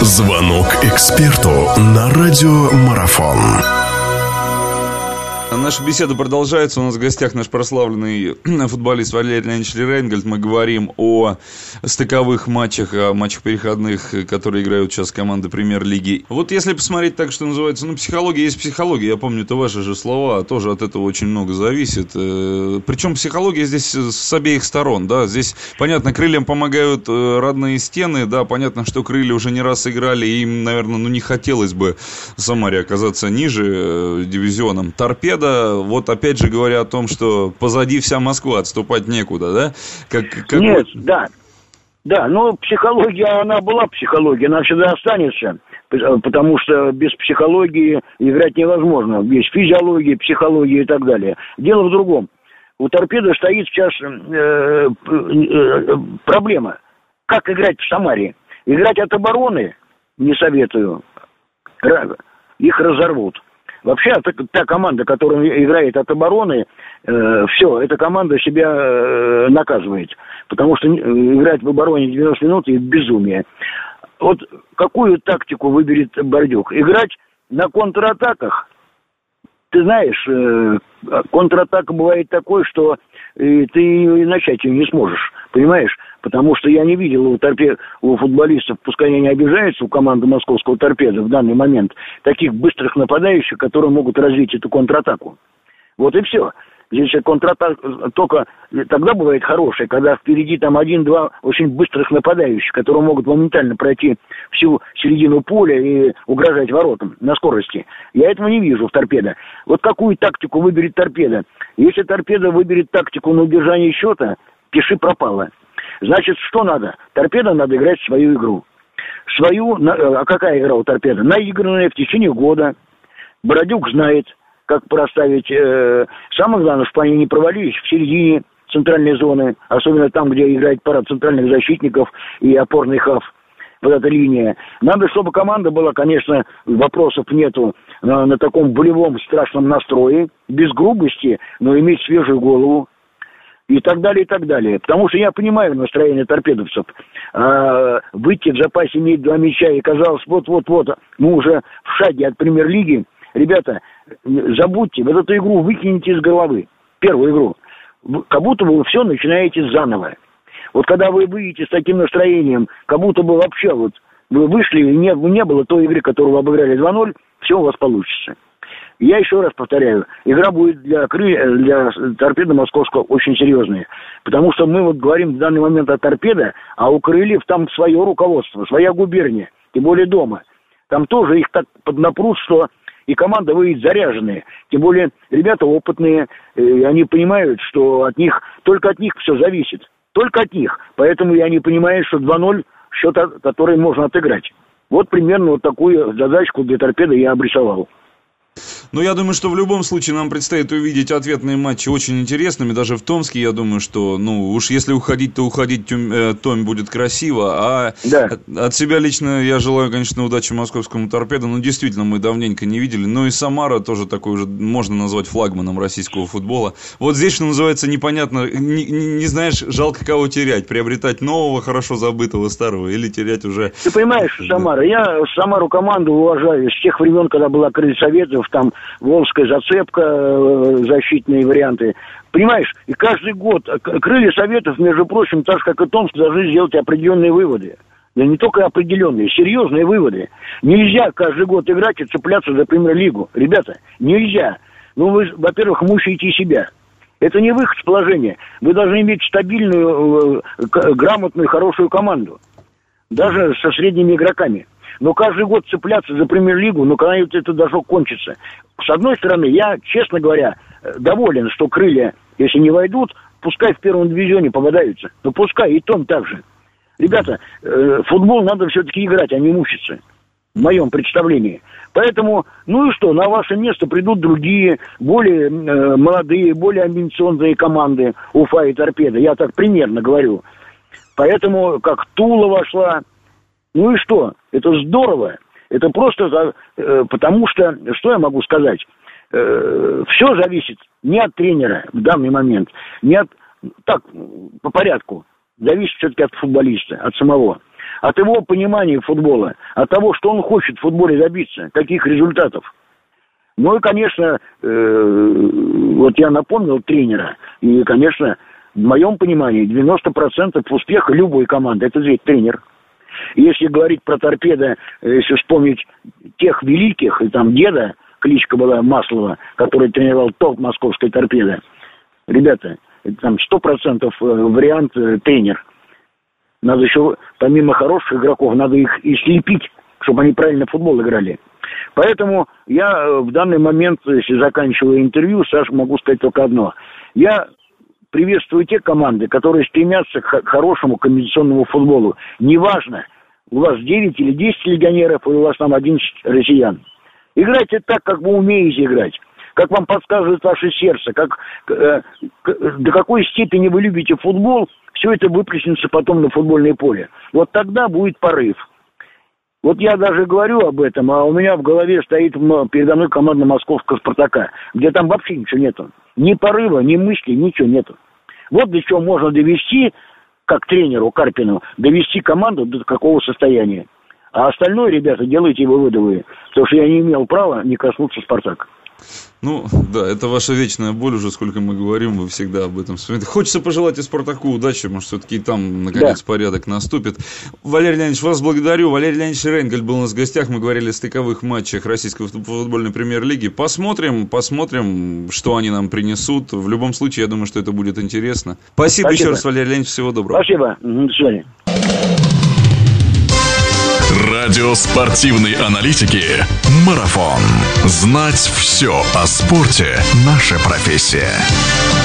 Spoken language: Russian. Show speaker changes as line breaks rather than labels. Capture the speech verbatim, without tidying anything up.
Звонок эксперту на радиомарафон.
Наша беседа продолжается. У нас в гостях наш прославленный футболист Валерий Леонидович Рейнгольд. Мы говорим о стыковых матчах, о матчах переходных, которые играют сейчас команды премьер-лиги. Вот если посмотреть так, что называется, ну, психология есть психология. Я помню, это ваши же слова, тоже от этого очень много зависит. Причем психология здесь с обеих сторон, да. Здесь, понятно, крыльям помогают родные стены, да, понятно, что крылья уже не раз играли, и им, наверное, ну, не хотелось бы в Самаре оказаться ниже дивизионом. Торпедо, вот опять же говоря о том, что позади вся Москва, отступать некуда, да? Как, как
Нет,
вот...
да. Да, но психология, она была психология, она всегда останется, потому что без психологии играть невозможно. Есть физиология, психология и так далее. Дело в другом. У торпеды стоит сейчас э, э, проблема. Как играть в Самаре? Играть от обороны не советую. Их разорвут. Вообще, та, та команда, которая играет от обороны, э, все, эта команда себя э, наказывает. Потому что играть в обороне девяносто минут – это безумие. Вот какую тактику выберет Бордюк? Играть на контратаках? Ты знаешь, э, контратака бывает такой, что э, ты и начать ее не сможешь. Понимаешь? Потому что я не видел у, торпе... у футболистов, пускай они не обижаются, у команды московского торпеда в данный момент, таких быстрых нападающих, которые могут развить эту контратаку. Вот и все. Здесь контратака только тогда бывает хорошая, когда впереди там один-два очень быстрых нападающих, которые могут моментально пройти всю середину поля и угрожать воротам на скорости. Я этого не вижу в торпедо. Вот какую тактику выберет торпедо? Если торпедо выберет тактику на удержание счета, пиши пропало. Значит, что надо? Торпедо надо играть в свою игру. Свою, а какая игра у торпедо? Наигранная в течение года. Бородюк знает, как проставить. Э, самое главное, чтобы они не провалились в середине центральной зоны, особенно там, где играет пара центральных защитников и опорный хав. Вот эта линия. Надо, чтобы команда была, конечно, вопросов нету, на, на таком болевом страшном настрое, без грубости, но иметь свежую голову. И так далее, и так далее. Потому что я понимаю настроение торпедовцев. А, выйти в запасе, иметь два мяча, и казалось, вот-вот-вот, мы уже в шаге от премьер-лиги. Ребята, забудьте, вот эту игру выкинете из головы. Первую игру. Как будто бы вы все начинаете заново. Вот когда вы выйдете с таким настроением, как будто бы вообще вот вы вышли, и не, не было той игры, которую вы обыграли два ноль, все у вас получится. Я еще раз повторяю, игра будет для, кры... для торпедо московского очень серьезная. Потому что мы вот говорим в данный момент о торпедо, а у крыльев там свое руководство, своя губерния, тем более дома. Там тоже их так поднапрут, что и команда выйдет заряженная. Тем более ребята опытные, и они понимают, что от них, только от них все зависит. Только от них. Поэтому и они понимают, что два ноль счет, который можно отыграть. Вот примерно вот такую задачку для торпедо я обрисовал.
Ну, я думаю, что в любом случае нам предстоит увидеть ответные матчи очень интересными. Даже в Томске, я думаю, что, ну, уж если уходить, то уходить э, Томи будет красиво. А
да.
от, от себя лично я желаю, конечно, удачи московскому торпедо. Ну, действительно, мы давненько не видели. Ну, и Самара тоже такой уже можно назвать флагманом российского футбола. Вот здесь, что называется, непонятно, не, не, не знаешь, жалко кого терять. Приобретать нового, хорошо забытого старого или терять уже...
Ты понимаешь, Самара, я Самару команду уважаю с тех времен, когда была Крылья Советов, там Волжская зацепка, защитные варианты. Понимаешь, и каждый год Крылья Советов, между прочим, так же, как и Томск, должны сделать определенные выводы. Да не только определенные, серьезные выводы. Нельзя каждый год играть и цепляться за премьер-лигу. Ребята, нельзя. Ну, вы, во-первых, мучаете себя. Это не выход из положения. Вы должны иметь стабильную, грамотную, хорошую команду. Даже со средними игроками. Но каждый год цепляться за премьер-лигу, ну, когда это должно кончиться. С одной стороны, я, честно говоря, доволен, что крылья, если не войдут, пускай в первом дивизионе попадаются. Но пускай и том так же. Ребята, э, футбол надо все-таки играть, а не мучиться. В моем представлении. Поэтому, ну и что, на ваше место придут другие, более э, молодые, более амбициозные команды Уфа и Торпедо. Я так примерно говорю. Поэтому, как Тула вошла. Ну и что? Это здорово. Это просто э, потому что, что я могу сказать? Э, все зависит не от тренера в данный момент, не от... Так, по порядку. Зависит все-таки от футболиста, от самого. от его понимания футбола, от того, что он хочет в футболе добиться, каких результатов. Ну и, конечно, э, вот я напомнил тренера, и, конечно, в моем понимании девяносто процентов успеха любой команды – это ведь тренер. Если говорить про «Торпедо», если вспомнить тех великих, и там деда, кличка была Маслова, который тренировал топ московской «Торпедо», ребята, там сто процентов вариант тренер. Надо еще, помимо хороших игроков, надо их и слепить, чтобы они правильно в футбол играли. Поэтому я в данный момент, если заканчиваю интервью, Саш, могу сказать только одно. Я приветствую те команды, которые стремятся к хорошему комбинационному футболу. Неважно, у вас девять или десять легионеров, или у вас там одиннадцать россиян. Играйте так, как вы умеете играть. Как вам подсказывает ваше сердце, как, э, до какой степени вы любите футбол, все это выплеснется потом на футбольное поле. Вот тогда будет порыв. Вот я даже говорю об этом, а у меня в голове стоит передо мной команда московского «Спартака», где там вообще ничего нету. Ни порыва, ни мысли, ничего нету. Вот до чего можно довести, как тренеру Карпину, довести команду до какого состояния. А остальное, ребята, делайте выводы вы. Потому что я не имел права не коснуться «Спартака».
Ну, да, это ваша вечная боль, уже сколько мы говорим, вы всегда об этом вспоминаете. Хочется пожелать и «Спартаку» удачи, может, все-таки и там, наконец, да. порядок наступит. Валерий Леонидович, вас благодарю. Валерий Леонидович Рейнгольд был у нас в гостях, мы говорили о стыковых матчах российской футбольной премьер-лиги. Посмотрим, посмотрим, что они нам принесут. В любом случае, я думаю, что это будет интересно. Спасибо, Спасибо. еще раз, Валерий Леонидович, всего доброго.
Спасибо, до свидания.
Радио спортивной аналитики «Марафон». Знать все о спорте – наша профессия.